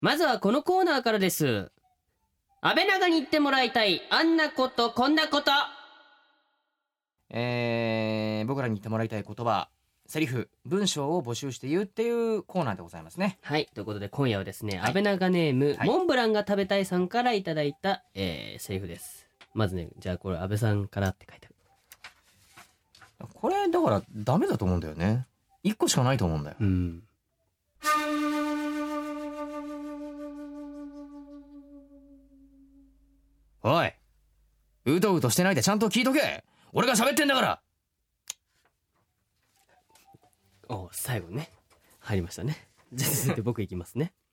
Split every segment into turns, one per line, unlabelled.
まずはこのコーナーからです。安倍長に言ってもらいたいあんなことこんなこと。
僕らに言ってもらいたい言葉、セリフ、文章を募集して言うっていうコーナーでございますね。
はい、ということで今夜はですね、安倍長ネーム、モンブランが食べたいさんからいただいた、セリフです。まずね、じゃあこれ安倍さんからって書いてある。
これだからダメだと思うんだよね。1個しかないと思うんだよ。おい、うとうとしてないでちゃんと聞いとけ。俺が喋ってんだから。
お、最後ね入りましたね。じゃあ続いて僕いきますね。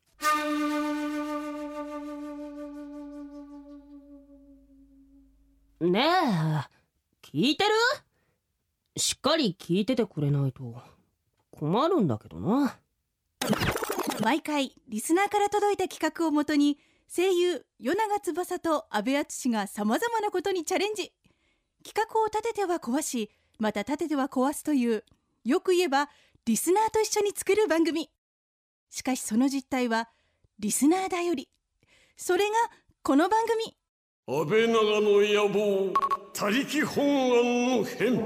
ねえ、聞いてる？しっかり聞いててくれないと困るんだけどな。
毎回リスナーから届いた企画をもとに声優与永翼と阿部淳がさまざまなことにチャレンジ。企画を立てては壊し、また立てては壊すという、よく言えばリスナーと一緒に作る番組。しかしその実態はリスナーだより。それがこの番組、
安倍長の野望他力本願の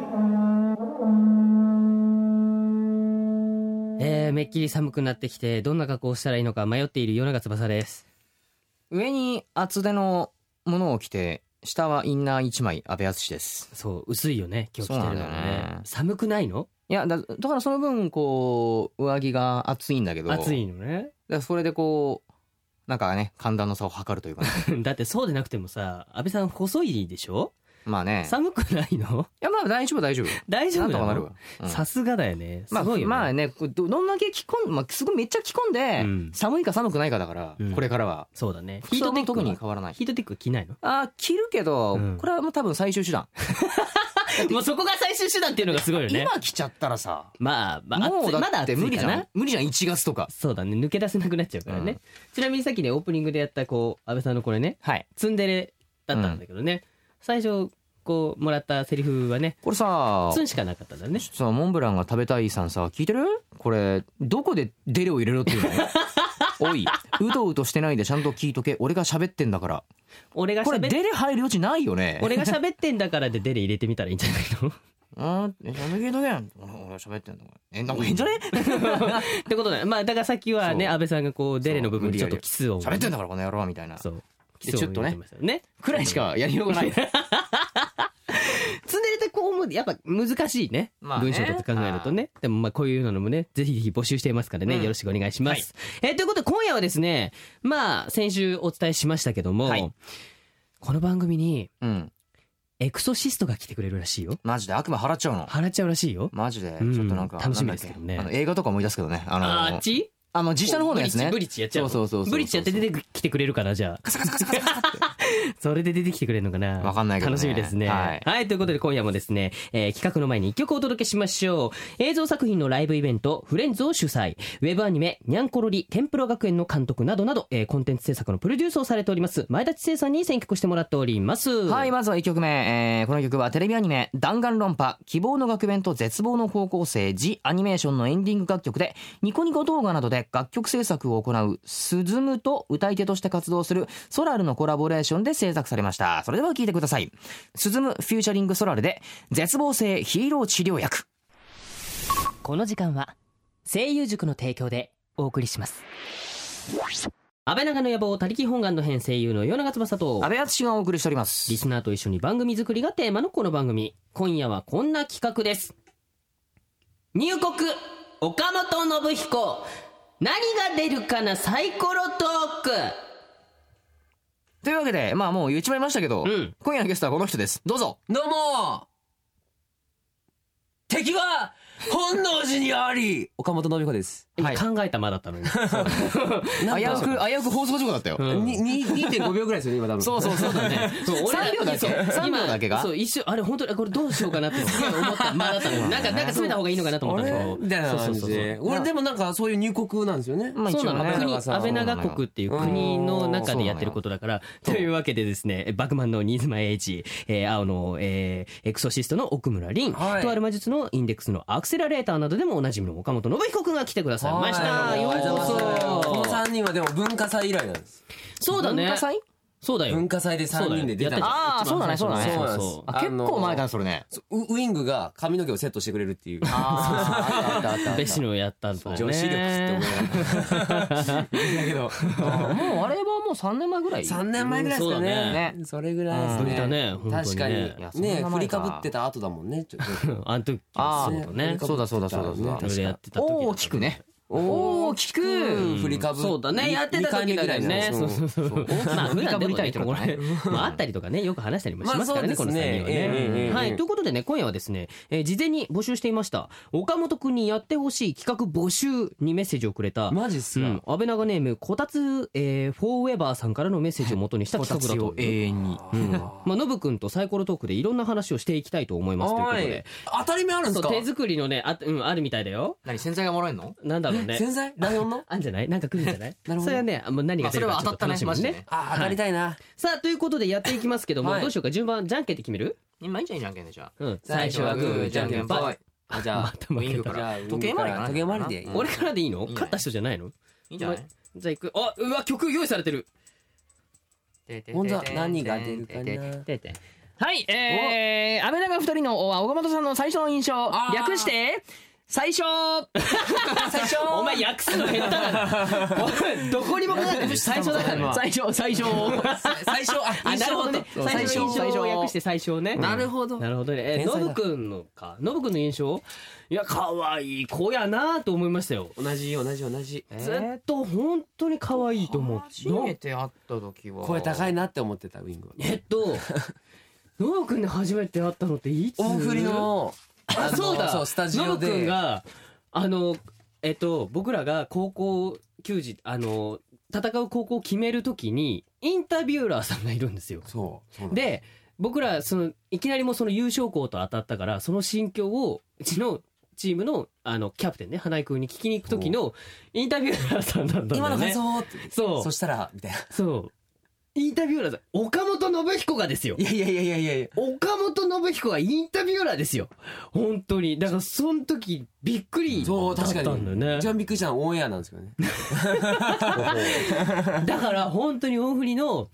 変。
めっきり寒くなってきてどんな格好をしたらいいのか迷っている与永翼です。
上に厚手のものを着て、下はインナー1枚安倍淳です。
そう、薄いよね今日着てるのが ね。寒くないの？
いや だからその分こう上着が厚いんだけど、
暑いのね。
だからそれでこうなんかね、寒暖の差を測るというか、ね、
だってそうでなくてもさ、安倍さん細いでしょ。
まあね、
寒くないの？
いやまあ大丈夫大丈夫
なの？
なんとかなるわ。
さすがだよね。すごいよね。
まあね、どんだけ着込ん、まあ、すごいめっちゃ着込んで、寒いか寒くないかだから、これからは。
そうだね。
ヒートテック特に変わらない。
ヒートテック着ないの？
着るけど、これはもう多分最終手段。
もうそこが最終手段っていうのがすごいよね。
今着ちゃったらさ、
まあ
もうだって無理じゃん。無理じゃん、1月とか。
そうだね、抜け出せなくなっちゃうからね。ちなみにさっきねオープニングでやったこう安倍さんのこれね、ツンデレだったんだけどね、最初こうもらったセリフはね、
これさ
ツンしかなかったんだね。
さあモンブランが食べたいさんさ、聞いてる？これどこでデレを入れろっていうの？おい、うとうとしてないでちゃんと聞いとけ。俺が喋ってんだから。これデレ入る余地ないよね。
俺が喋ってんだからでデレ入れてみたらいいんじゃないの？
喋っとけやん。俺喋ってんだから。なんか変じゃね？
ってことだよ。まあだからさっきはね安倍さんがこうデレの部分にちょっとキスを
喋ってんだからこの野郎みたいな。
そう。
でちょっとねくらいしかやりようがない。
ツンデレってこうもやっぱ難しいね。文章とか考えるとね。でもまあこういうのもねぜひぜひ募集していますからね、よろしくお願いします。ということで今夜はですね、まあ先週お伝えしましたけども、この番組にエクソシストが来てくれるらしいよ。
マジで悪魔払っちゃうの？払
っちゃうらしいよ。
マジでちょっとなんか
楽しみですけどね。
映画とか思い出すけどね。
あっち？
実写の方のやつね。
ブリッジやっちゃう。
そう
ブリッジやって出てきてくれるかな、じゃあ。カサカサカサカサってそれで出てきてくれるのかな。
わかんないけどね。
楽しみですね。はい、ということで今夜もですね、企画の前に1曲お届けしましょう。映像作品のライブイベントフレンズを主催、ウェブアニメニャンコロリ天ぷら学園の監督などなど、コンテンツ制作のプロデュースをされております前田知世さんに選曲してもらっております。
はい、まずは1曲目、この曲はテレビアニメ弾丸論破希望の学園と絶望の高校生ジアニメーションのエンディング楽曲で、ニコニコ動画などで楽曲制作を行うスズムと歌い手として活動するソラルのコラボレーションで制作されました。それでは聴いてください。スズムフューチャリングソラルで絶望性ヒーロー治療薬。
この時間は声優塾の提供でお送りします。安倍長の野望他力本願の編、声優の与永翼と
安倍淳がお送りしております。
リスナーと一緒に番組作りがテーマのこの番組、今夜はこんな企画です。入国岡本信彦、何が出るかなサイコロトーク。
というわけで、まあもう言っちまいましたけど、今夜のゲストはこの人です。どうぞ。
どうも、敵は本能寺にあり、岡本信彦です。
考えた間だったのに。危
うく放送事故だったよ。
2.5 秒ぐらいですよね今多分。
そうだね。
3秒だけ。3秒だけが。
そう、一瞬あれ本当にこれどうしようかなって思った間だったのに。なんか詰めた方がいいのかなと思ったけど。
みたいな感じで。俺でもなんかそういう入国なんですよね。
そうなの。安倍長国っていう国の中でやってることだから。というわけでですね、バクマンの新妻英一、青のエクソシストの奥村凛、とある魔術のインデックスのアクセラレーターなどでもおなじみの岡本信彦くんが来てくだささいました。ようこそ。
この3人はでも文化祭以来なんです。
そうだね。
文化祭？
そうだよ。
文化祭で3人で出たじゃん。
ああ、そうだね、そうだね。
そうなんです。
結構前だね、それね。
ウイングが髪の毛をセットしてくれるっていう。
あったあった。
別のやったんだね。
女子力って思いながら。だけど、
もうあれはもう3年前ぐらい。
3年前ぐらいですかね。それぐらいですね。確かに。ね、振りかぶってた後だもんね。
あの時。そうだね。
そうだそうだそうだ。
それやってた時。
大きくね。大きく
振りかぶ
そうだね、やってた時だよね。そうそうそう。まあ普段でもね、ここら辺あったりとかね、よく話したりもしますからね、この3人はね。はい、ということでね、今夜はですね、事前に募集していました岡本くんにやってほしい企画募集にメッセージをくれた、
マジっすか。
安倍長ネームこたつフォーエバーさんからのメッセージを元にした企画だと。
永遠に。
まあノブくんとサイコロトークでいろんな話をしていきたいと思いますということで。
当たり前あるんですか。
手作りのね、あるみたいだよ。
何、洗剤がもらえるの？
なんだろうね。
洗剤？ライオンの？
あんじゃない？なんか来るんじゃない？
なるほど。
それはね、何が出るかちょっと楽しみですね。
当たりたいな。
さあということでやっていきますけども、どうしようか、順番じゃんけんで決める？
今いいじゃん、じゃんけんでじゃあ。
最初はグーじゃんけんぽい。
じゃあ
ウィングから時計回りかな。
時計回りで。
俺からでいいの？勝った人じゃないの？
いいんじゃない？
じゃあ行く。あ、うわ、曲用意されてる。
本当は何が出るかな。
はい、安倍長2人の岡本さんの最初の印象、略して最初
お前訳すの下手だな。どこにも書かない。最初だから最初
最初
あ、なるほどね。最初印象を訳して最初ね。
なるほど
なるほどね。ノブくんの印象、いや可愛い子やなと思いましたよ。
同じ。
ずっと本当に可愛いと思って。
初めて会った時は
声高いなって思ってたウィングは。
ノブくんで初めて会ったのっていつ？
大振りの
そうだ、
スタジオで
ノブくんが僕らが高校球児戦う高校を決めるときにインタビューラーさんがいるんですよ。
そう
で僕らいきなりもうその優勝校と当たったから、その心境をうちのチームのキャプテンね、花井くんに聞きに行く時のインタビューラーさんなんだよね。
今の感想って。
そ
したらみたいな。
そうインタビューラーさん、岡本信彦がですよ。
いや
岡本信彦がインタビューラーですよ。本当に。だからその時びっくりだったんだよね。
一番びっくりしたのはオンエアなんですけどね。
だから本当に大振りの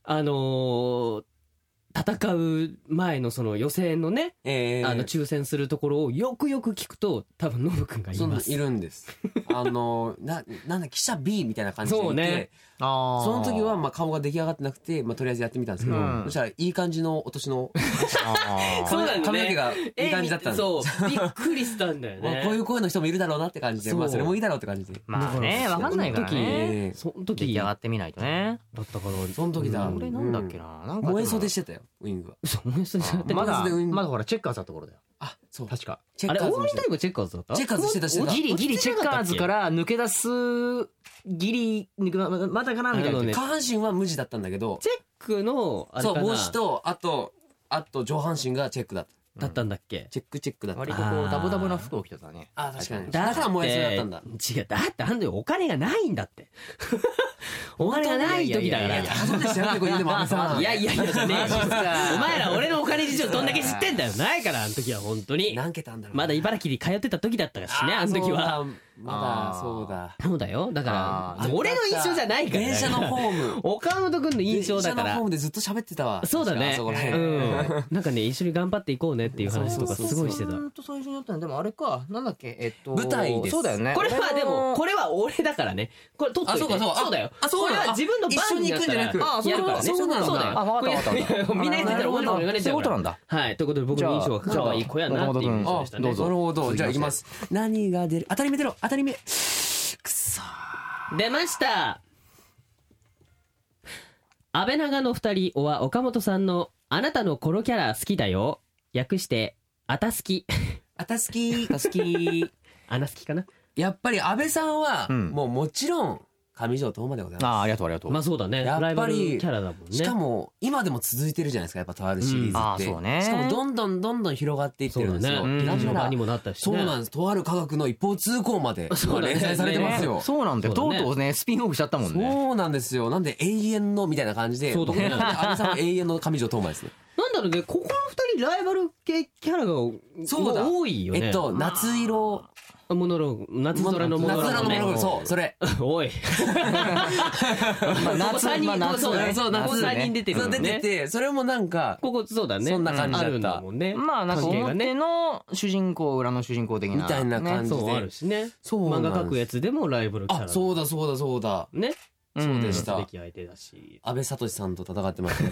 戦う前のその予選のね、抽選するところをよくよく聞くと、多分ノブくんがいます。
いるんです。なんだ記者 B みたいな感じでいて、
そうね。
その時はまあ顔が出来上がってなくて、とりあえずやってみたんですけど、そしたらいい感じのお年の
そうなんだね、
髪の毛がいい感じだったんで、
そうびっくりしたんだよね。
こういう声の人もいるだろうなって感じで、それもいいだろうって感じで。
まあね、わかんないからね。
その時
出来上がってみないとね。
だったから、
その時だ。
これなんだっけな。
燃え袖してたよウィングは。
燃え袖してた。
まだほらチェッカーズだった頃だよ。
あ、そう
確か。
あれ大振りタイムチェッカーズだった？
チェッカーズしてた。
ギリチェッカーズから抜け出すギリまだかなみたいな。
下半身は無地だったんだけど、
チェックのあれかな、
そう帽子とあと上半身がチェックだ
ったんだっけ？
チェックだった。
割とこうダボダボな服を着てたね。
あ、確かに。だから燃えそうだったんだ。
違う、だってあんたお金がないんだって。お金がない時だから。
そうですよね、これでも安倍さん。
いやじゃねえし。お前ら俺のお金事情どんだけ知ってんだよ。ないからあの時は本当に。
何桁あんだろう。
まだ茨城に通ってた時だったしね、あの時は。
まだそうだ。
そうだよ。だから俺の印象じゃないから。
電車のホーム。
岡本君の印象だから。
電車のホームでずっと喋ってたわ。
そうだね。なんかね、一緒に頑張っていこうねっていう話とかすごいしてた。
最初にやったのでもあれか、なんだっけ、
舞台です。
そうだよね。
これはでもこれは俺だからね。これ撮っといて。そうだよ。これは自分の番になったらやるからね。そうだよ。
分かった
みんな言ってたら俺の言われちゃうから。そういうことなん
だ。
はい。ということで僕の印象は可愛い子やなっていう印象でしたね。
なるほど。じゃあいきます。何が出る？当たり目出ろ。当たり目。くそ
ー。出ました。安倍長の2人は岡本さんのあなたのコロキャラ好きだよ。略してあたすき。
あたすき。
あなすきかな。
やっぱり安倍さんはもちろん上条斗真でございます。
ありがとう。
まあそうだね。
やっぱり
キャラだもんね。
しかも今でも続いてるじゃないですか。やっぱとあるシリーズって。
そうね。
しかもどんどん広がっていってるんですよ。
ラジオ版にもなったし。
そうなんです。とある科学の一方通行まで連載されてますよ。
そうなんだよ。とうとうねスピンオフしちゃったもんね。
そうなんですよ。なんで永遠のみたいな感じで。僕の中で安倍さんは永遠の上条斗真ですね。
なんだろうね。ここの2人ライバル系キャラが多いよね。
夏色。
モノローグ、夏空のモノローグね。
そうそれ。
おい。夏3人、そう3人出てるね。
出てて、それもなんか
ここそうだね。
そんな感じだった。
あるんだもんね。
まあなんか表の主人公裏の主人公的な
みたいな感じで、
そうあるしね。漫画描くやつでもライバルキャラ。
あ、そうだそうだ
ね。
そうでした。
べき相手だし。
安倍聡さんと戦ってました。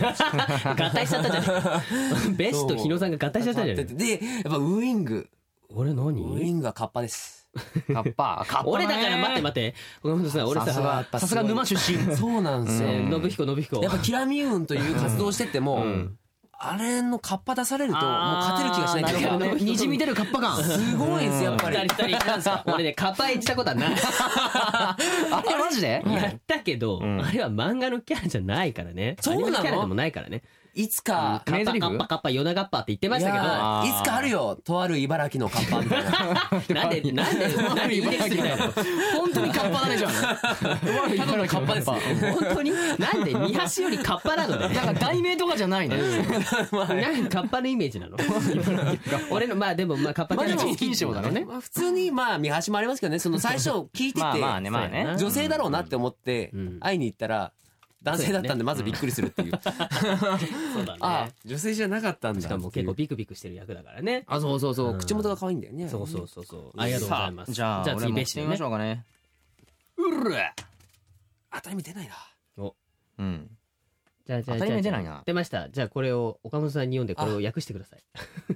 合体しちゃったじゃん。ベスと日野さんが合体しちゃったじゃん。
で、やっぱウィング。
俺何？
ウィングはカッパです。
カッパ
俺だから待って岡本さん、俺さすが沼出身。
そうなんですよ。
信彦。
やっぱキラミウンという活動してても、あれのカッパ出されるともう勝てる気がしないっていうか、
にじみ出るカッパ感
すごいですやっぱり。
俺ねカッパ演じたことはない。
あれマジで？
やったけど、あれは漫画のキャラじゃないからね。
そうなの？
キャラでもないからね。
いつか
カッパヨナガッパって言ってましたけど、
いつかあるよ、とある茨城のカッパみたいな。なんで
茨城だよ。本当にカッパだねじゃん。
ただのカッパです。
本当になんで三橋よりカッパなのね。
なんか題名とかじゃないね。
なんかカッパのイメージなの。俺のまあでもまあカッパキャラ好きだろうね。
普通にまあ三橋もありますけどね、その最初聞いてて女性だろうなって思って会いに行ったら男性だったんでまずびっくりするっていう。
そうだね。
あ、女性じゃなかったんだ。
しかも結構ビクビクしてる役だからね。
あ、そう口元が可愛いんだよね。
そう。ありがとうございます。
じゃあ次ベッシュみましょうかね。
うる。当たり目出ないな。
お。
じゃあ当たり目出ないな。
出ました。じゃあこれを岡本さんに読んでこれを訳してください。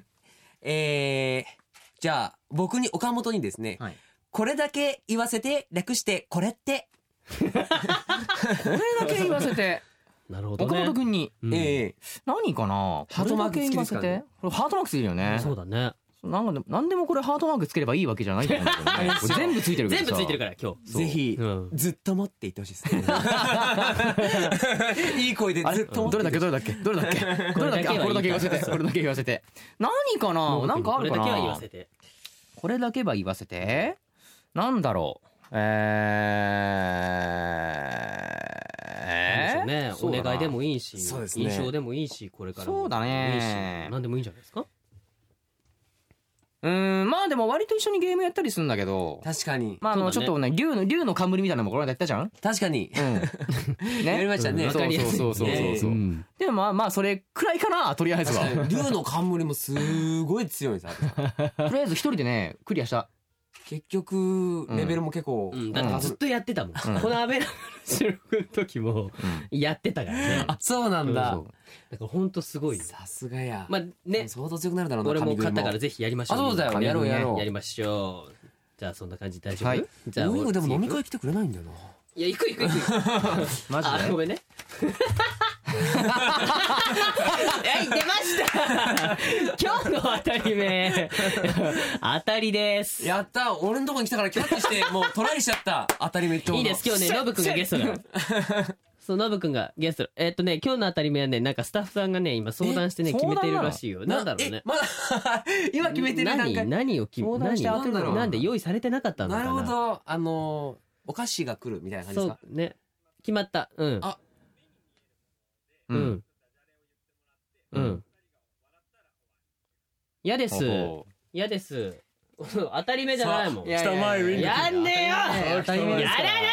じゃあ僕に岡本にですね、これだけ言わせて略してこれって。
これだけ言わせて。
なるほどね。
岡本君に。何かな。
ハートマークつけですかね。
これハートマークついてるよね。
そうだね。
なんでもこれハートマークつければいいわけじゃないと思うんですよね。これ全部ついてるから。
全部ついてるから今日。
ぜひずっと持っていってほしいですね。いい声でずっと。
どれだっけ。これだけ言わせて。これだけ言わせて。何かな。なんかあるかな。これだけは言わせて。これだけは言わせて。なんだろう。お
願いでもいいし、印象でもいいし、これからもいいし、何でもいいんじゃないですか。
まあでも割と一緒にゲームやったりするんだけど。
確かに。
まあちょっとね竜の冠みたいなのもこの間やったじゃん。
確かに。やりましたね。
そう。でもまあそれくらいかな、とりあえずは。
竜の冠もすごい強いさ。
とりあえず一人でねクリアした。
結局レベルも結構
だってずっとやってたもん。このアベラ収録の時もやってたからね。
あ、そうなんだ。
だから本当すごい。
さすがや。
まあね、
相当強くなるだろうな。
俺も買ったからぜひやりましょう。
あ、そうだよ。やろう。
やりましょう。じゃあそんな感じで大丈夫？じゃあ
ウィングでも飲み会来てくれないんだよな。
いや行く。
マジで。
ごめんね。はい出ました。今日の当たり目当たりです。
やった。俺のとこに来たからキャッチしてもうトライしちゃった。当たり目。い
いです。今日ねノブくんがゲストだ。そうノブくんがゲスト。今日の当たり目はねなんかスタッフさんがね今相談してね決めてるらしいよ。なんだろうね。
まだ今決めてる。
何を決めなんで用意されてなかったのかな。
なるほど。お菓子が来るみたいな感じですか。
そうね。決まった。あ。嫌です。当たり目じゃないもん。
や
んねえよ。
当たり目ですから。
やらない。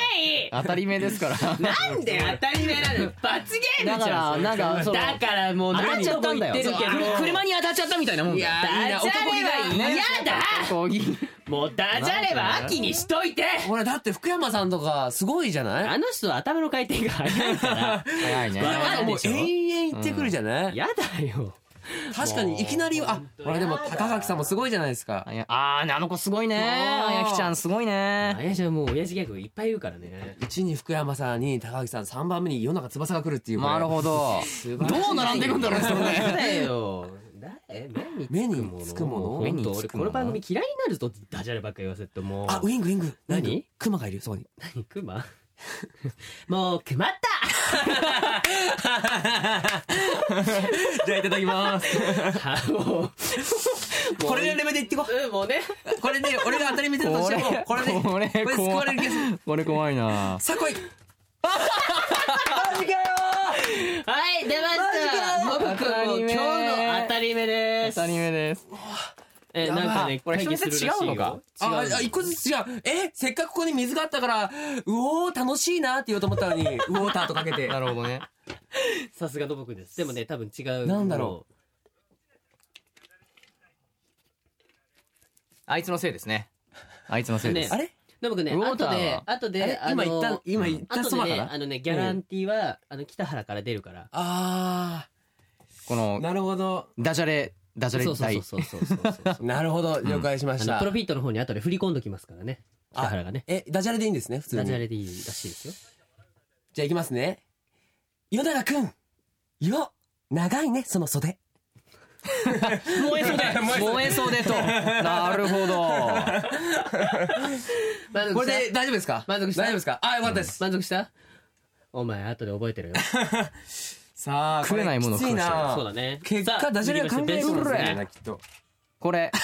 当たり目ですから。
なんで当たり目なの。罰ゲームじゃん。だからもう
当たっちゃったんだよ。
車に当たっちゃったみたいなもんだよ。ダジャレは嫌だ。もうダジャレは秋にしといて。
ほらだって福山さんとかすごいじゃない。
あの人は頭の回転が早いから。
早いね。
もう延々言ってくるじゃない。
やだよ。
確かにいきなりほらでも高垣さんもすごいじゃないですか。
あの子すごいね。あやきちゃんすごいね。
あやちゃんもう親父ギャグいっぱい言うからね。
1に福山さんに高垣さん3番目に世の中翼が来るっていう。
なるほど。どう並んでいくんだろうね。そう
だよ。目につくもの。俺この番組嫌いになるとダジャレばっか言わせてもう。
あウィング。
何？
クマがいるそこに。
何クマ？もう決まった。
じゃあいただきます。これのレベルでいってこ。
もうね。
これで俺が当たり前だとしてもこれで救われる気がする。
これ怖いな。
さあ来い。
マジかよ。はい出ました。ノブくんの今日の当たり目です。
当たり目です。
なんかね
これ人によって違うのか。
一個ずつ違う。せっかくここに水があったからうおー楽しいなって言おうと思ったのにウォーターとかけて。
なるほどね。
さすがの僕です。でもね多分違う。
なんだろう。
あいつのせいですね。あいつのせいです。
あれ
で僕ね
ウォーター
後で
今言ったそばから。
ギャランティーは北原から出るから。
この
なるほど。
ダジャレ
そう
なるほど、了解しました。
プロフィットの方に後で振り込んどきますからね、北原がね。
ダジャレでいいんですね、普通に。
ダジャレでいいらしいですよ。
じゃあいきますね。与永くん、長いねその袖。
燃えそうでと。なるほど。
これで大丈夫ですか？
満足した？
大丈夫ですか？よかったです。
満足した？お前後で覚えてるよ。
さあ
食えないもの食わしてる。
そうだね。
結果ダジャレは考えそうですね、きっと。
これ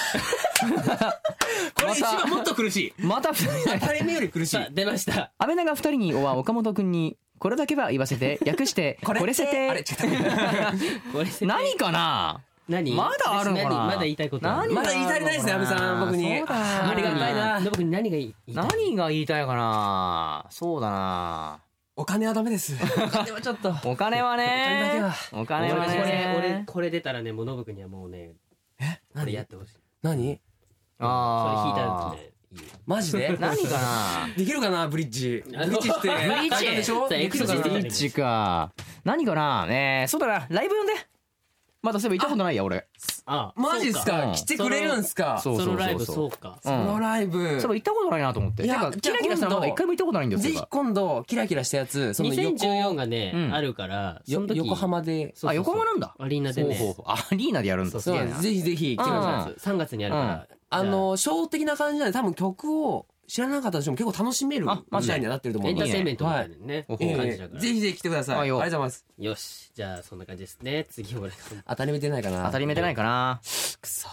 一番もっと苦しい。
また
当たり目より苦しい。
出ました。
安倍長2人におは岡本君にこれだけは言わせて、略してこれせて。
あれ
何かな。
何？
まだあるのかな。
まだ言いたいこと。
まだ言い足りないですね、安倍さん僕に。
そうだ。
ありがたいな。僕に何が言いたい？
何が言いたいかな。そうだな。
お金はダメです。お金はちょっと。
お金はね。お金はね。
俺これ出たらね、もうノブ君にはもうね、これやってほしい。
何？
それ弾いたらね。
マジで？
何かな。
できるかな、ブリッジ。ブリッジして
ブリッジ
でしょ？
エクソシスト
ブリッジか。何かな。そうだな、ライブ呼んで。まだそういえば行ったことないや俺。
マジっすか？来てくれるんすか？
そう
そのライブ。そうか。
そのライブ。
そう行ったことないなと思って。
いや
キラキラしたのまだ一回も行ったことないんですよ。
ぜひ今度キラキラしたやつ、その
2014がねあるから、その時
横浜で。
横浜なんだ。
アリーナでね。
アリーナでやるんだ。
ぜひぜひ来てください。
3月にあるから。
ショー的な感じなんで、多分曲を知らなかったとしても結構楽しめるみたいになってると思うんで。
エンターテインメントみたいなね感じだから。
ぜひぜひ来てください。ありがとうございます。
よし、じゃあそんな感じですね。次俺
当たり目出ないかな。
当たり目出ないかな。
くそ。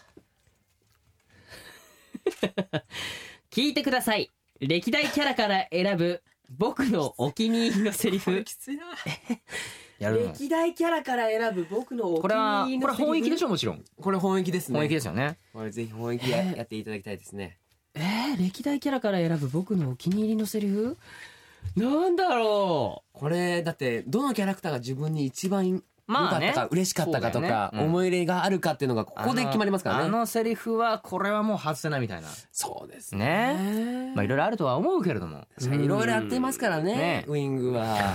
聞いてください。歴代キャラから選ぶ僕のお気に入りのセリフ。
きついな。
歴代キャラから選ぶ僕のお気に入りのセリフ。
これは本域でしょ。もちろん
これ本域ですね。
本域ですよね。
これぜひ本域やっていただきたいですね。
歴代キャラから選ぶ僕のお気に入りのセリフなんだろう。
これだってどのキャラクターが自分に一番良かったか嬉しかったかとか思い入れがあるかっていうのがここで決まりますからね。
あのセリフはこれはもう外せないみたいな。
そうです
ね。まあいろいろあるとは思うけれども、
いろいろやってますからね、ウイングは。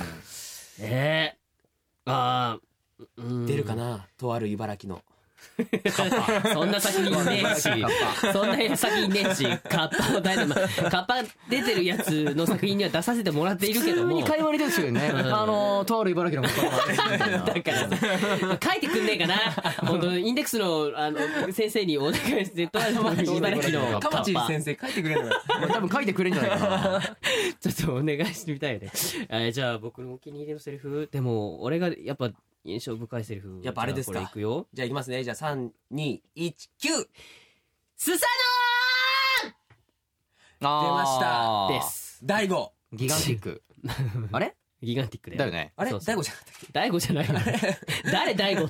出るかな、とある茨城の
そんな先にねえし、そんな先にねえし、カッパをカッパ出てるやつの作品には出させてもらっているけども、
普通に会話にですよね。とある茨城のカッ
パだから書いてくんねえかな。本当インデックスの先生にお願いして、とある茨城のカッパ。
かまち先生書いてくれるの。
多分書いてくれるんじゃないかな。
ちょっとお願いしてみたいね。じゃあ僕のお気に入りのセリフ、でも俺がやっぱ印象深いセリフ、
やっぱあれですか。
じゃあこれいくよ。
じゃあいきますね。じゃあ3、2、1、9。
スサ
ノー。出ました
です。
大悟。
ギガンティック。あれ？
ギガンティックで。
だよね。
あれ？大悟じゃなかったっけ？
大悟じゃないの。誰大悟って。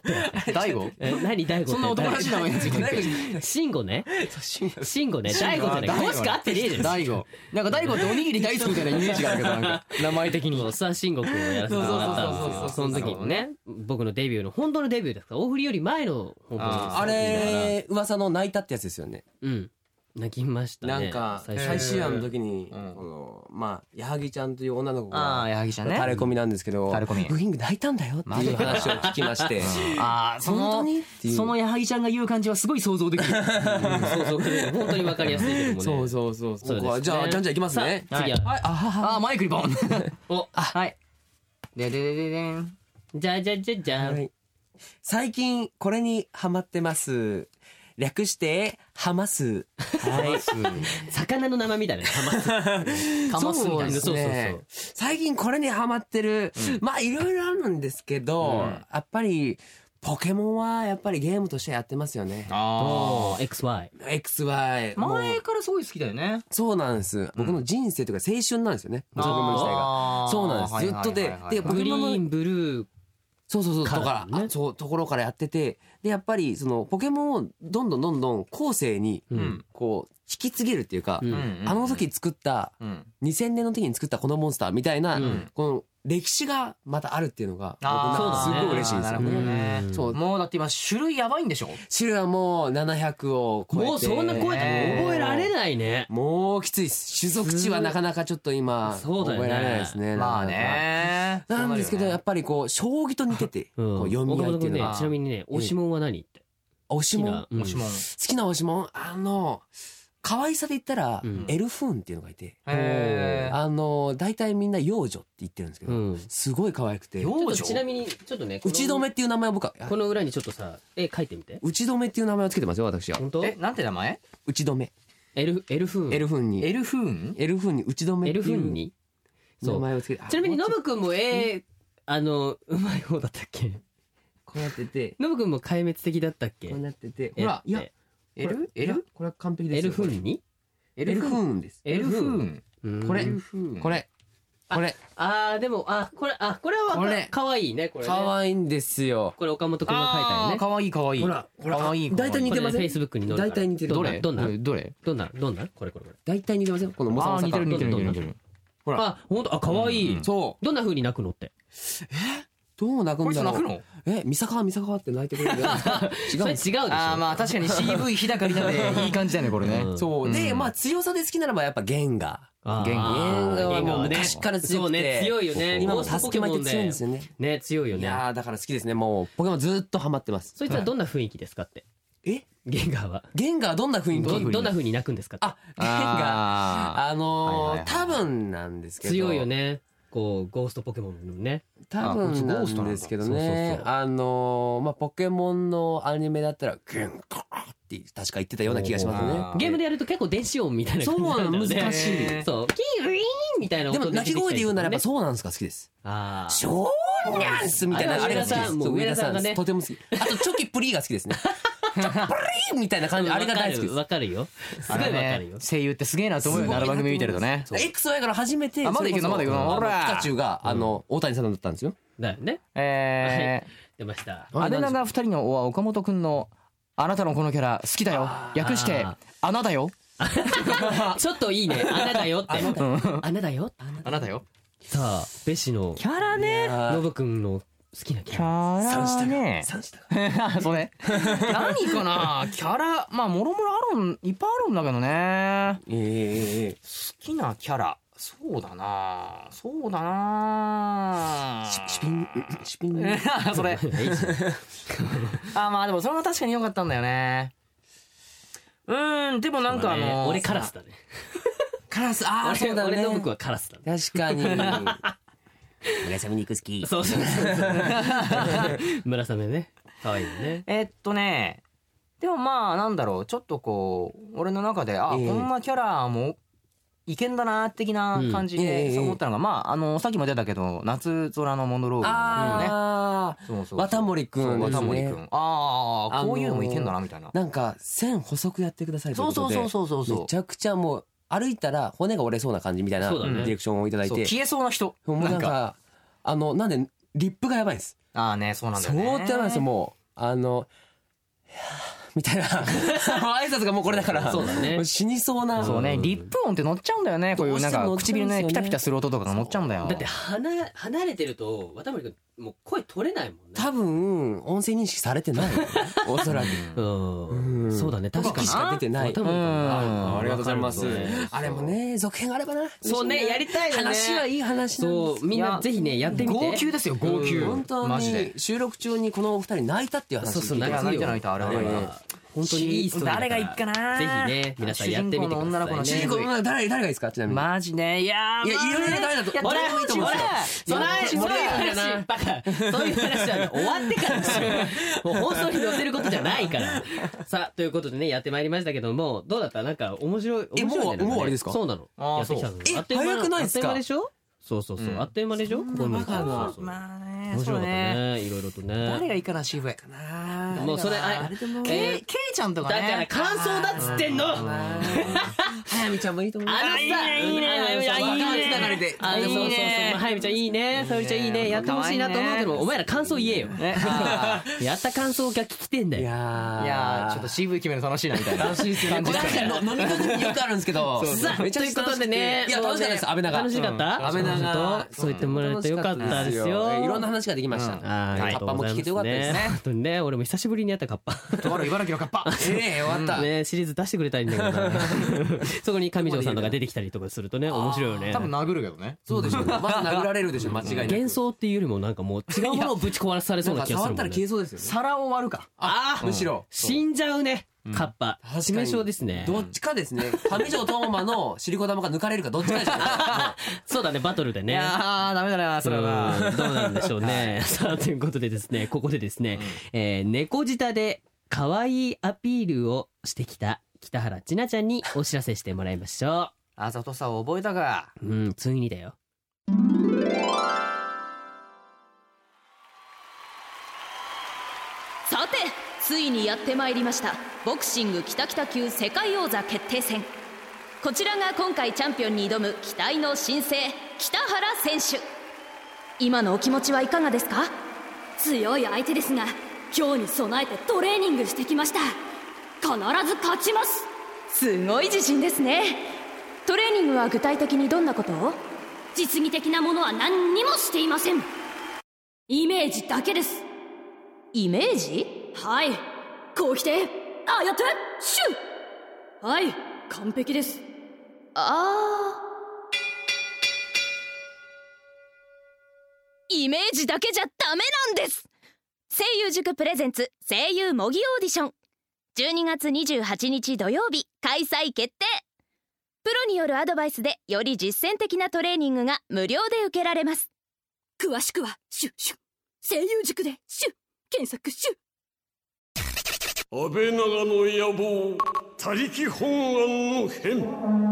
大悟？
何大悟って。
そんな男らしい名前についてる。
慎吾ね。慎吾ね。大悟じゃない。5しか合ってねえじゃん。
大悟。なんか大悟っておにぎり大好きみたいなイメージがあるけど、なんか名前的に。
さあ慎吾くんをやらせてもらったんですよ。その時にね、僕のデビューの本当のデビューですから、大振りより前の本当の。
あれ噂の泣いたってやつですよね。
うん。泣きましたね。
なんか最終話の時にまあ矢作ちゃんという女の子が
矢作ちゃんね、
タレコミなんですけど、ウイング泣いたんだよっていう話を聞きまして、
その矢作ちゃんが言う感じはすごい想像できる。
想像で本当にわかりやすいけどもね。
そう。じゃあじゃんいきますね。
次は
マイクにボン。
お、
はい。でん。
じゃん。
最近これにハマってます。略してハマス。
はい。魚の名前みたいな。ハマス。カマスみたいな。そう。
最近これにハマってる。まあいろいろあるんですけど、やっぱりポケモンはやっぱりゲームとしてやってますよね。XY。
前からすごい好きだよね。
そうなんです。僕の人生というか青春なんですよね。ポケモン自体が。そうなんです。ずっとで、
グリーン、ブルー、
そうそうそうと
からね
そうところからやってて、でやっぱりそのポケモンをどんどん後世にこう引き継げるっていうか、あの時作った2000年の時に作ったこのモンスターみたいなこの歴史がまたあるっていうのが僕すごい嬉しいんですよね。
そうもうだって今種類やばいんでしょ。
種類はもう700を超えて、
もうそんな超えて覚えられないね。
もうきついです。種族値はなかなかちょっと今覚えられないですね。
まあね。
なんですけどやっぱりこう将棋と似ててこう読み合いっていうのが。
ちなみにね推しモンは何って。
推しモン
好きな
推しモン可愛さで言ったらエルフーンっていうのがいて、大体みんな幼女って言ってるんですけど、すごい可愛くて。
幼女。ちなみにちょっとね
打ち止めっていう名前を僕は
この裏にちょっとさ絵描いてみて。
打ち止めっていう名前をつけてますよ私は。
本当？
なんて名前？
打ち止め。
エルフーンに
打
ち止めっていう名前をつけて。
ちなみにノブくんもうまい方だったっけ？
こうやってて。
ノブくんも壊滅的だったっけ？
こうなってて。ほらいや。これは完璧です。
エルフーンに？
エルフーンです。
エルフーン。
これ。
でもこれは可愛いねこれね。
可愛いんですよ。
これ岡本くんが描いたよね。
可愛い。
ほら大体似てません？
フェイスブックに載るから。
大体似てる。
どれ？どんな？これ。
大体似てません？このモサモサ感。
似てる。
ほら。
本当可愛い。
そう。
どんな風に泣くのって？
どう泣くんだろう。
こいつ泣くの？
ミサカって泣いてくれるんですか？違うでしょ。
まあ確かに CV 日高里奈でいい感じだねこれね。
そうでまあ強さで好きならばやっぱゲンガーはもう昔から強くて
強いよね。
今も助けまいって強いんですよね。
ね強いよね。
いやだから好きですね。もうポケモンずっとハマってます。
そいつはどんな雰囲気ですかって？ゲンガー
どんな雰囲気？
どんな風に泣くんですかって？
ゲンガー多分なんですけど
強いよね。こうゴーストポケモンのね。
多分なんですけどね。ポケモンのアニメだったらゲンガーって確か言ってたような気がしますね。
ゲームでやると結構電子音みたいな感じなんだよね。
そう難しい。
そうキーウィーンみたいな音
でも鳴き声で言うならやっぱそうなんですか好きです。ショーニャンスみたいなあれが好きです。
上田さんがね
とても好き。あとチョキプリーが好きですね。チョキプリーみたいな感じあれが大好きです。
わかるよ。すごいわかるよ。
声優ってすげえなと思うよ。あの番組見てるとね。
XY から初めて
まだいくのピカ
チュウが大谷さんだったんですよ。
だよね。出ました。
アデナが2人のは岡本くんのあなたのこのキャラ好きだよ。略してあなだよ。
ちょっといいね。あなだよって。あなだよ。さあベシの
キャラね。
ノブくんの好きなキャラ
ね。それ何かなキャラもろもろいっぱいあるんだけどね。好きなキャラそうだな
シピン
それまあでもそれは確かに良かったんだよね。でもなんか
俺カラスだね。
カラスそうだね。
俺ノブくんはカラスだね。
確かに。紫肉好き。
そう紫ね可愛いね。
でもまあなんだろうちょっとこう俺の中でこんなキャラもいけんだな的な感じで思ったのがさっきも出たけど夏空のモノローグのね
綿森くんですね。
こういうのもいけんだなみたいな。
なんか線細くやってくださいということでめちゃくちゃもう歩いたら骨が折れそうな感じみたいなディレクションをいただいて
消えそうな人
なんかなんでリップがやばいんです。
そうなんだよね。
そうってやばいですよ。もうみたいな挨拶がもうこれだから
そうだね
死にそうな。
そうねリップ音って乗っちゃうんだよね。こういうなんか唇ねピタピタする音とかが乗っちゃうんだよ。
だって離れてると渡辺君もう声取れないもんね。
多分音声認識されてないおそらく
そうだね確かに
しか出てない。ありがとうございます。あれもね続編があればな。
そうねやりたいよね。
話はいい話なんです。
そうみんなぜひねやってみて。
号泣ですよ号泣。
本当に収録中にこのお二人泣いたっていう話。
そう泣いたあれ本当にいいストーリー。
誰がいいかな。
ぜひね皆さんやってみてくださいね。
女の子の
主人公誰がいいですかちなみに。
マジねいやいろいろ誰だと。
俺もいいと思う。そういう話バカそういう話は終わってからですよ。もう放送に載せることじゃないから。さあということでねやってまいりましたけどもどうだったなんか面白い。
もう終わりですか。
そうなの。やってきたの。
早くないですか。
あっという間でしょ。そうあっという間でしょ。
まあね面白かったね
いろいろとね。
誰がいいかなシーフかな。
もうそれ
ケイちゃんとかね。
だから感想だっつってんの。
早見ちゃんもいいと思う。
いいね
流れて。
そうそうそう、はゆみちゃんいいね、さゆりちゃんいいね、やってほしいなと思うけど、お前ら感想言えよ。やった感想が聞きてんだよ。
いやちょっと CV 決めるの楽しいなみたいな。
楽しいですね。これ飲み会によくあるんですけど。
さあ、ということでね、
いや楽しかったです。安倍長。
楽しかった？
安倍長。
そう言ってもらえるとよかったですよ。
いろんな話ができました。カッパも聞けてよかったですね。
本当にね、俺も久しぶりにやったカッパ。
とある茨城のカッパ。
よかった。
ね、シリーズ出してくれたらいいんだけどな。そこに上条さんとか出てきたりとかするとね、面白いよね。
多分殴るけどね。
そうでしょ。まず殴られるでしょ、間違いなく。
幻想っていうよりもなんかもう違うものをぶち壊されそうな気がするもんね。
触ったら消えそうですよね。
皿を割るか。
むしろ
死んじゃうね。カッパ。致命傷ですね。
どっちかですね。上条斗真のシリコ玉が抜かれるかどっちかですよね。
そうだね、バトルでね。
いやダメだなそれは。
どうなんでしょうね。さあということでですね、ここでですね、猫舌で可愛いアピールをしてきた北原千奈ちゃんにお知らせしてもらいましょう。
あざとさを覚えたか。
ついにだよ。
さてついにやってまいりました、ボクシング北北級世界王座決定戦。こちらが今回チャンピオンに挑む期待の新星北原選手。今のお気持ちはいかがですか？
強い相手ですが、今日に備えてトレーニングしてきました。必ず勝ちます。
すごい自信ですね。トレーニングは具体的にどんなことを？
実技的なものは何にもしていません。イメージだけです。
イメージ？
はい、こう来て、ああやってシュッ。はい、完璧です。
イメージだけじゃダメなんです。声優塾プレゼンツ声優模擬オーディション、12月28日土曜日開催決定。プロによるアドバイスでより実践的なトレーニングが無料で受けられます。
詳しくはシュッシュッ、声優塾でシュッ検索シュッ。
安倍長の野望、他力本願の変。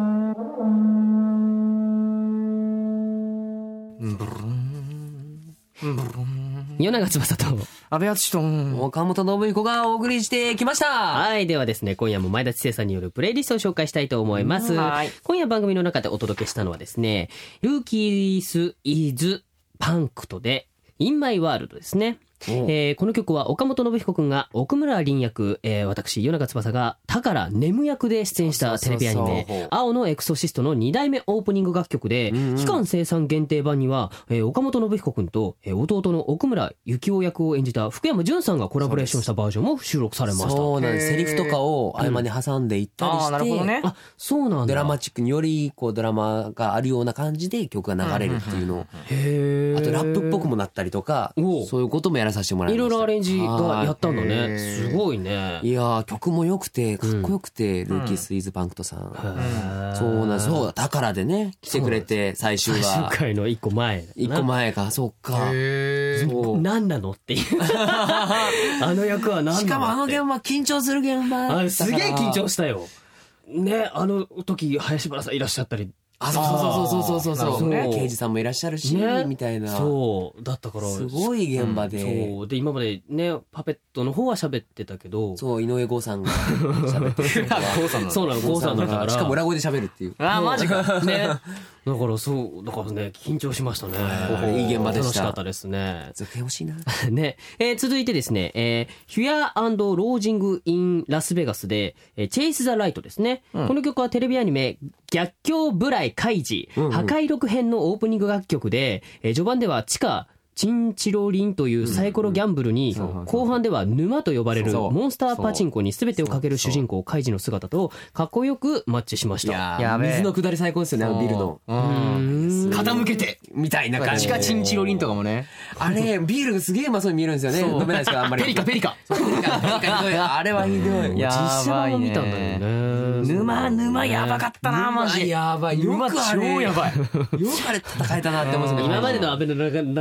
夜長翼と
安倍敦と
岡本信彦がお送りしてきました。
はい、ではですね、今夜も前田知世さんによるプレイリストを紹介したいと思います。今夜番組の中でお届けしたのはですね、ルーキースイズパンクトでインマイワールドですね。この曲は岡本信彦くんが奥村凛役、私夜長翼が宝ネム役で出演したテレビアニメ青のエクソシストの2代目オープニング楽曲で、期間生産限定版には、岡本信彦くんと、弟の奥村幸雄役を演じた福山潤さんがコラボレーションしたバージョンも収録されました。
そうなんです。セリフとかを合間に挟んでいったりして、
なるほどね。
あ、そうなんだ。
ドラマチックによりこうドラマがあるような感じで曲が流れるっていうのを、あとラップっぽくもなったりとか、そういうこともやらさせてもらいました。
いろいろアレンジがやったんだね。すごいね。
いや曲も良くてかっこよくて、ルーキースイズパンクトさん、そうなん、そうだ、宝でね来てくれて、最終
回の1個前
か、そっか、
そう何なのっていうあの役は何なのって。
しかもあの現場緊張する現場、
すげえ緊張したよね。あの時林原さんいらっしゃったり、
そう刑事さんもいらっしゃるし、みたいな、そう
だったから
すごい現場で、
そうで今までねパペットの方は喋ってたけど、
そう井上剛さんが喋ってる
そうなの、剛さんだから、
しかも裏声で喋るっていう、
マジか
ね。だからそうだからね、緊張しましたね。
いい現場でした。
楽しかったですね。
続け欲しいな
ね。続いてですね、ヒュア&ロージング・イン・ラスベガスで、チェイス・ザ・ライトですね。この曲はテレビアニメ逆境ブライ・カイジ、破壊録編のオープニング楽曲で、序盤では地下チンチロリンというサイコロギャンブルに、後半では沼と呼ばれるモンスターパチンコに全てをかける主人公カイジの姿とかっこよくマッチしました。
いや水の下り最高ですよね、あのビルの
傾けて
みたいな感じ、
地下チンチロリンとかもね、
あれビールがすげえうまそうに見えるんですよね。飲めないですからあんまり。
ペリカ
あれはひどい。
実写版を見たんだよね。
沼やばかったな、マジ
やばい。
沼超やばい。
よくあれ戦えたなって思うんですよね。
今までのアベの中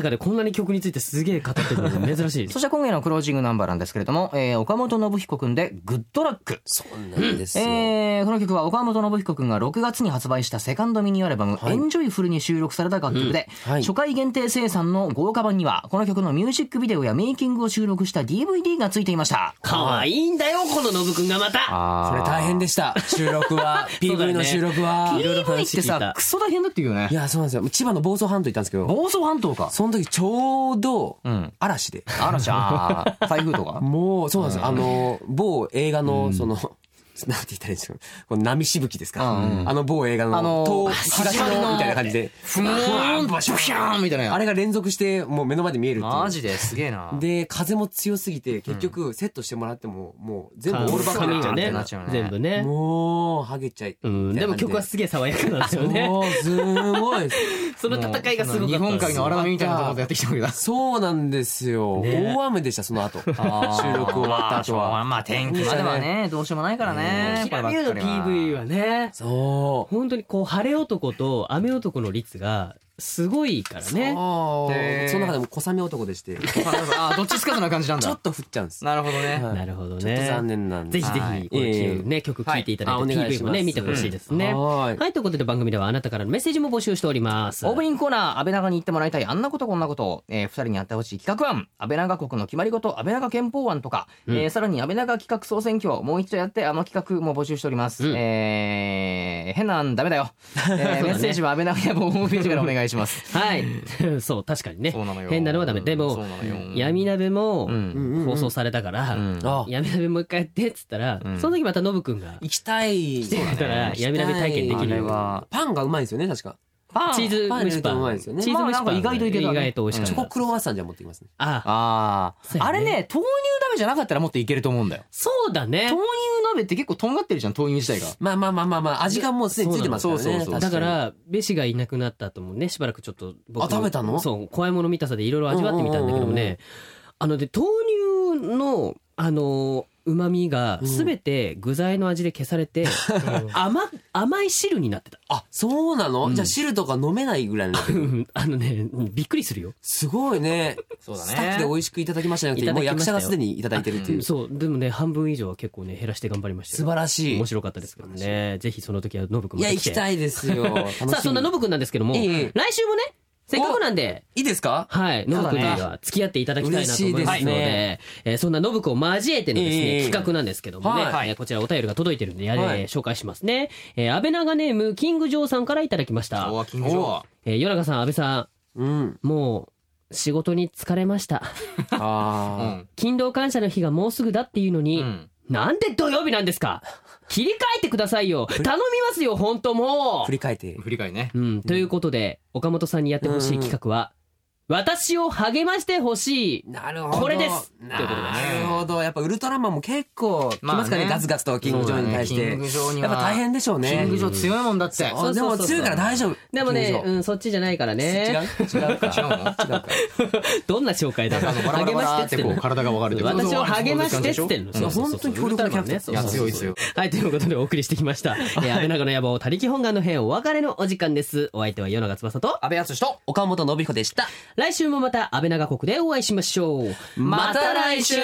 中でこんなに曲についてすげえ語ってるの珍しい。
そして今夜のクロージングナンバーなんですけれども、岡本信彦くんでグッドラック。
そうなんですよ。
この曲は岡本信彦くんが6月に発売したセカンドミニアルバム、エンジョイフルに収録された楽曲で、初回限定生産の豪華版にはこの曲のミュージックビデオやメイキングを収録した DVD がついていました。
可愛いんだよこのノブくんがまた。
それ大変でした。収録はPV の収録は。
いろいろ
PV ってさクソ大変だっていうよね。
いやそうなんですよ。千葉の房総半島行ったんですけど。
房総半島か。
その時ちょうど嵐で。
嵐台風とか。
もうそうなんですよ。某映画のその。なんて言ったらいいんですか。この波しぶきですか。某映画の東のみたいな感じで
ふーんバシュシャーンみたいな。
あれが連続してもう目の前で見えるっていう。
マジですげえな。
で風も強すぎて結局セットしてもらってももう全部オールバックになっちゃうね。
全部ね。
もうハゲちゃい。
でも曲はすげえ爽やかなんですよね。
すごい。
その戦いがすごかった。
日本海の荒波みたいなところでやってきたわけだ。
そうなんですよ。大雨でしたその後。収録終わった後は。
まあ天気まではねどうしようもないからね。
キラミューの PV はね、そう本当にこう晴れ男と雨男の率がすごいからね。
その中でも小雨男でして、
どっちつかずな感じなんだ。
ちょっと降っちゃうんです。
なるほどね。
なるほどね。
ちょっと残念なんで。
ぜひぜひこのね曲聴いていただいて PV もね見てほしいですね。はいということで番組ではあなたからのメッセージも募集しております。
オープニングコーナー安倍長に言ってもらいたいあんなことこんなこと、2人にやってほしい企画案、安倍長国の決まり事、安倍長憲法案とか、さらに安倍長企画総選挙もう一度やって企画も募集しております。変な案ダメだよ。メッセージは安倍長やホームページからお願いします。
はい。そう確かにね。変なのはダメ。でも闇鍋も放送されたから闇鍋もう一回やってっつったらその時またノブくんが
行きたい。
来てくれたら闇鍋体験できるよ。
パンがうまいんですよね確か。
チーズ蒸しパン。チーズ蒸しパン意外といけた。意外と美味しかった。
チョコクロワッサンじゃ持ってきますね。
あれね豆乳鍋じゃなかったらもっといけると思うんだよ。
そうだね。
豆乳鍋って結構とんがってるじゃん豆乳自体が。
まあ味がもうすでについてますからね。
だからベシがいなくなった後もねしばらくちょっと僕
食べたの？
そう怖いもの見たさでいろいろ味わってみたんだけどもね、で豆乳の旨味がすべて具材の味で消されて甘い汁になってた。
あ、そうなの？じゃあ汁とか飲めないぐらいになってる。
びっくりするよ。
すごいね。そうだね。スタッフで美味しくいただきましたよ。もう役者がすでにいただいてるっていう。
そうでもね半分以上は結構ね減らして頑張りましたよ。
素晴らしい。
面白かったですけどね。ぜひその時はノブくんも来て。
いや行きたいですよ。
さあそんなノブくんなんですけども来週もねせっかくなんで
いいですか？
はい、ノブくんには付き合っていただきたいなと思いますので、そんなノブくんを交えてのですね企画なんですけどもね、こちらお便りが届いてるんで紹介しますね。安倍長ネームキングジョーさんからいただきました。
キングジョー。
与永さん安倍さん、もう仕事に疲れました。勤労感謝の日がもうすぐだっていうのに、なんで土曜日なんですか？切り替えてくださいよ。頼みますよ本当もう。
振り返り
ね。
ということで岡本さんにやってほしい企画は、私を励ましてほしい。
なるほど。
これです。
なるほど。やっぱウルトラマンも結構来ますかね。ガツガツとキングジョーに対して。
キングジョーに
やっぱ大変でしょうね。
キングジョー強いもんだって。
でも強いから大丈夫。
でもね、そっちじゃないからね。
違うか。
どんな紹介だ。励ましてって
体が分かる。
私を励ましてってんの。
本当に強力なキャラクター。
いや強いですよ。
はいということでお送りしてきました。安倍長の野望他力本願の編お別れのお時間です。お相手は与永翼と
安倍敦と
岡本信彦でした。
来週もまた安倍長国でお会いしましょう。
また来週。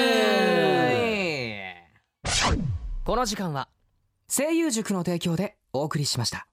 この時間は声優塾の提供でお送りしました。